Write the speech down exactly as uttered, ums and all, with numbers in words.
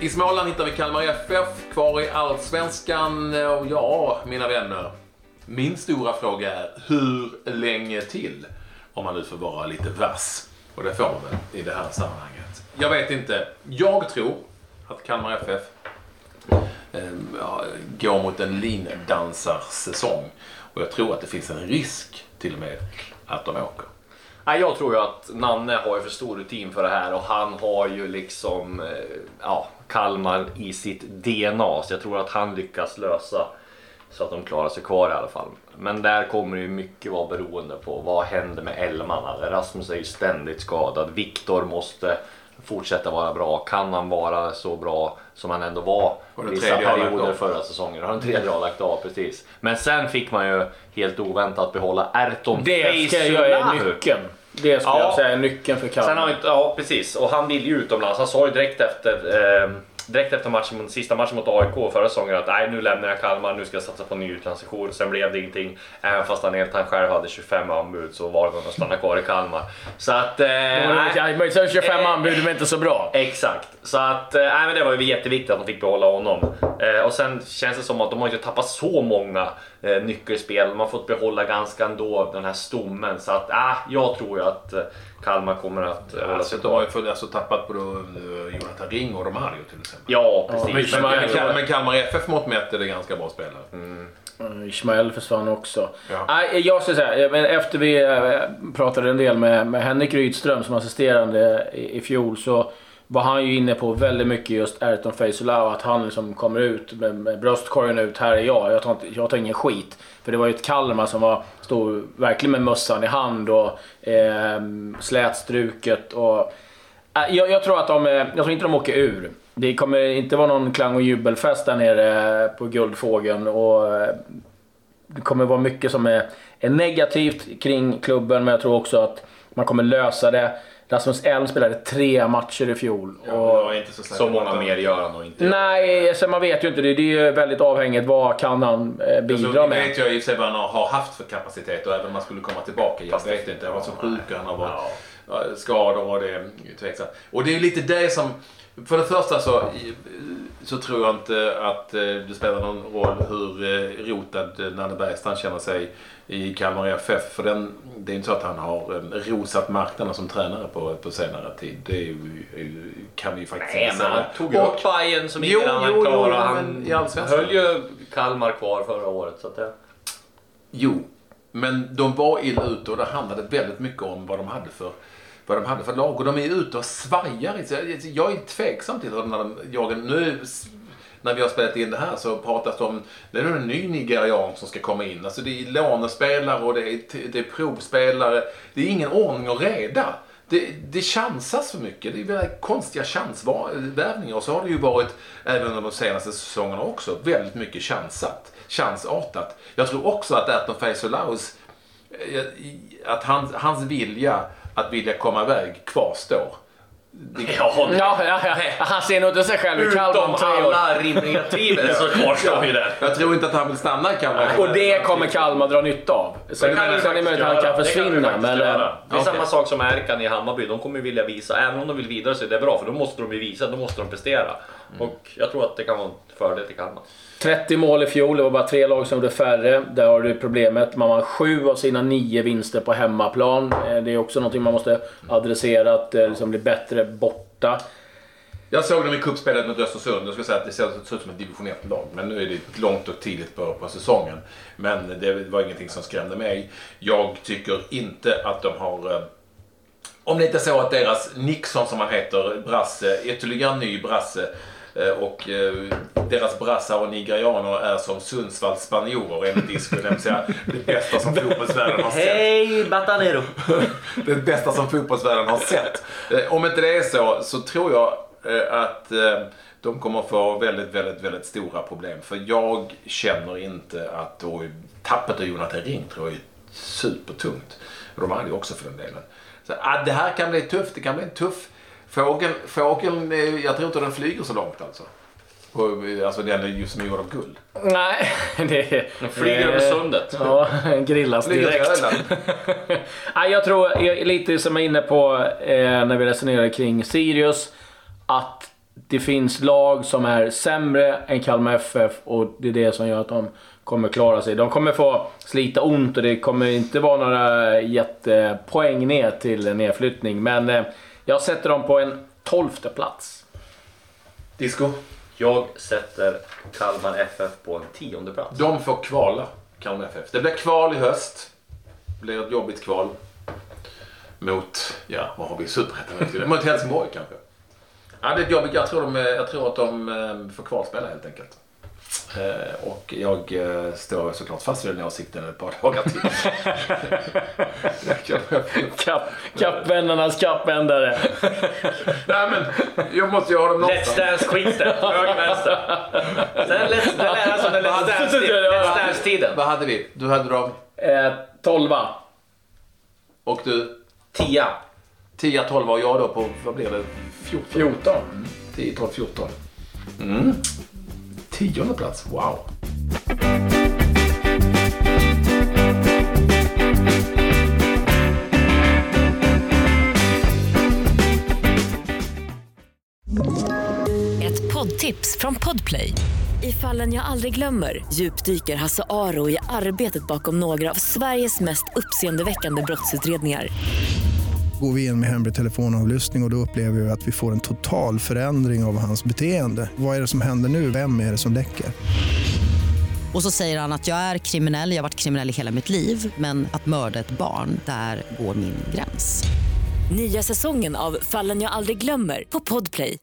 I Småland hittar vi Kalmar F F kvar i Allsvenskan. Och ja, mina vänner, min stora fråga är hur länge till, om man nu får vara lite vass. Och det får man väl i det här sammanhanget. Jag vet inte. Jag tror att Kalmar F F eh, ja, går mot en lindansarsäsong. Och jag tror att det finns en risk till och med att de åker. Nej, jag tror ju att Nanne har ju för stor rutin för det här och han har ju liksom ja, Kalmar i sitt D N A, så jag tror att han lyckas lösa så att de klarar sig kvar i alla fall. Men där kommer ju mycket vara beroende på vad händer med Elmarna. Rasmus är ju ständigt skadad, Viktor måste fortsätta vara bra. Kan han vara så bra som han ändå var vissa perioder förra säsongen? Har en tredje har lagt av, precis. Men sen fick man ju helt oväntat behålla Erton Det ska jag är nyckeln. Det ska ja. jag säga är nyckeln för Kalmar. Sen har vi, ja, precis. Och han vill ju utomlands. Han sa ju direkt efter eh, direkt efter matchen, sista matchen mot A I K förra säsongen att nej, nu lämnar jag Kalmar, nu ska jag satsa på en ny utlandssession. Sen blev det ingenting. Även fast han, han själv hade tjugofem anbud så var det att stanna kvar i Kalmar. Så att eh, nej, men tjugofem anbud är inte så bra. Exakt. Så att eh, nej, men det var ju jätteviktigt att de fick behålla honom. Eh, och sen känns det som att de har inte tappat så många eh, nyckelspel. De har fått behålla ganska ändå den här stommen. Så att eh, jag tror ju att eh, Kalmar kommer att ja, alltså, de har ju för, alltså, tappat på då, uh, Jonathan Ring och Romario till exempel. Ja, precis. Ja, men, men, men Kalmar F F mot mätt är det ganska bra spelare. Mm. Ismael försvann också. Ja. Nej, jag ska säga, men efter vi äh, pratade en del med, med Henrik Rydström som assisterande i, i fjol, så var han ju inne på väldigt mycket just Erton Feisola, att han liksom kommer ut med, med bröstkorgen ut, här är jag. Jag tar, inte, jag tar ingen skit. För det var ju ett Kalmar som var, stod verkligen med mössan i hand och eh, slätstruket. Och, äh, jag, jag tror att de, jag tror inte de åker ur. Det kommer inte vara någon klang- och jubelfest där nere på Guldfågeln. Och det kommer vara mycket som är, är negativt kring klubben, men jag tror också att man kommer lösa det. Rasmus Elm spelade tre matcher i fjol. Ja, och inte så, så många mer gör han nog inte. Nej, så man vet ju inte. Det, det är ju väldigt avhängigt. Vad kan han eh, bidra alltså, med? Det vet jag i sig vad han har haft för kapacitet. Och även om man skulle komma tillbaka. Jag vet inte. Han var så sjuk och han har varit ja. skador och det är tveksamt. Och det är ju lite det som... För det första så, så tror jag inte att det spelar någon roll hur rotad Nanne Bergstrand känner sig i Kalmar F F. För den, det är inte så att han har rosat marknaden som tränare på, på senare tid. Det är ju, kan vi ju faktiskt Nej, inte säga. Han tog upp Bayern som ingen annan klarade. Han höll ju Kalmar kvar förra året. Så att det... Jo, men de var illa ute och det handlade väldigt mycket om vad de hade för vad de hade för lag, och de är ute och svajar. Jag är tveksam till när de, jag, nu när vi har spelat in det här så pratas det om det är en ny nigerian som ska komma in. Alltså det är lånespelare och det är, det är provspelare. Det är ingen ordning och reda. Det, det chansas för mycket. Det är väldigt konstiga chansvärvningar, och så har det ju varit även under de senaste säsongerna också väldigt mycket chansat, chansartat. Jag tror också att Erton Feisolaus, att hans, hans vilja att vilja komma iväg kvarstår. Det... Ja, ja, ja, ja. Han ser nog inte sig själv i Kalmar om tre år. Utom alla rimliga tvivel så kvarstår ju det. Jag tror inte att han vill stanna i Kalmar. Och det kommer Kalmar dra nytta av. Så det, det kan det möjligt att han kan försvinna. Det, men, det är okay. samma sak som Erkan i Hammarby. De kommer vilja visa, även om de vill vidare så är det bra. För då måste de ju visa, då måste de prestera. Mm. Och jag tror att det kan vara en fördel till Kalmar. trettio mål i fjol, det var bara tre lag som gjorde färre. Där har du problemet. Man har sju av sina nio vinster på hemmaplan. Det är också någonting man måste adressera, att det liksom blir bättre borta. Jag såg dem i cupspelet mot Östersund. Jag skulle säga att det ser ut som ett division ett-lag. Men nu är det långt och tidigt på, på säsongen. Men det var ingenting som skrämde mig. Jag tycker inte att de har... Om det inte är så att deras Nixon, som han heter, brasse, ytterligare en ny brasse, och eh, deras brassar och nigerianer är som Sundsvalls spanjorer enligt disco, det vill säga det bästa som fotbollsvärlden har sett. Hej Batanero! Det bästa som fotbollsvärlden har sett. Eh, om inte det är så, så tror jag eh, att eh, de kommer få väldigt, väldigt, väldigt stora problem. För jag känner inte att då, tappet av Jonathan Ring tror jag är supertungt. De hade ju också för den delen. Så, ah, det här kan bli tufft, det kan bli en tuff Fågeln, fågeln, jag tror inte den flyger så långt alltså. Och, alltså den är just som är gjord av guld. Nej, det den flyger över sundet. Ja, grillas direkt. Nej, jag tror lite som jag är inne på eh, när vi resonerar kring Sirius, att det finns lag som är sämre än Kalmar F F och det är det som gör att de kommer klara sig. De kommer få slita ont och det kommer inte vara några jättepoäng ner till nedflyttning. Men eh, jag sätter dem på en tolfte plats. Disco? Jag sätter Kalmar F F på en tionde plats. De får kvala, Kalmar F F. Det blir kval i höst. Det blir ett jobbigt kval. Mot, ja, vad har vi? Superettan. Mot Helsingborg kanske. Ja, det är jobbigt. Jag tror, de, jag tror att de får kvalspela helt enkelt. Eh, och jag eh, står såklart fast vid den åsikten ett par dagar till. Kapp, kappvännernas kappvändare. Nej, men jag måste ju ha dem någonstans. Let's Dance skiten. Höger, vänster. Sen Let's Dance, den Let's Dance-tiden. Vad hade vi? Du hade dem? Eh, tolva. Och du? Tia. Tia, tolva och jag då på, vad blir det? fjorton. fjorton. Mm. tio, tolv, fjorton. Mm. Tionde plats, wow. Ett poddtips från Podplay. I Fallen jag aldrig glömmer djupdyker Hasse Aro i arbetet bakom några av Sveriges mest uppseendeväckande brottsutredningar. Går vi in med hemlig telefonavlyssning och, och då upplever vi att vi får en total förändring av hans beteende. Vad är det som händer nu? Vem är det som läcker? Och så säger han att jag är kriminell, jag har varit kriminell i hela mitt liv. Men att mörda ett barn, där går min gräns. Nya säsongen av Fallen jag aldrig glömmer på Podplay.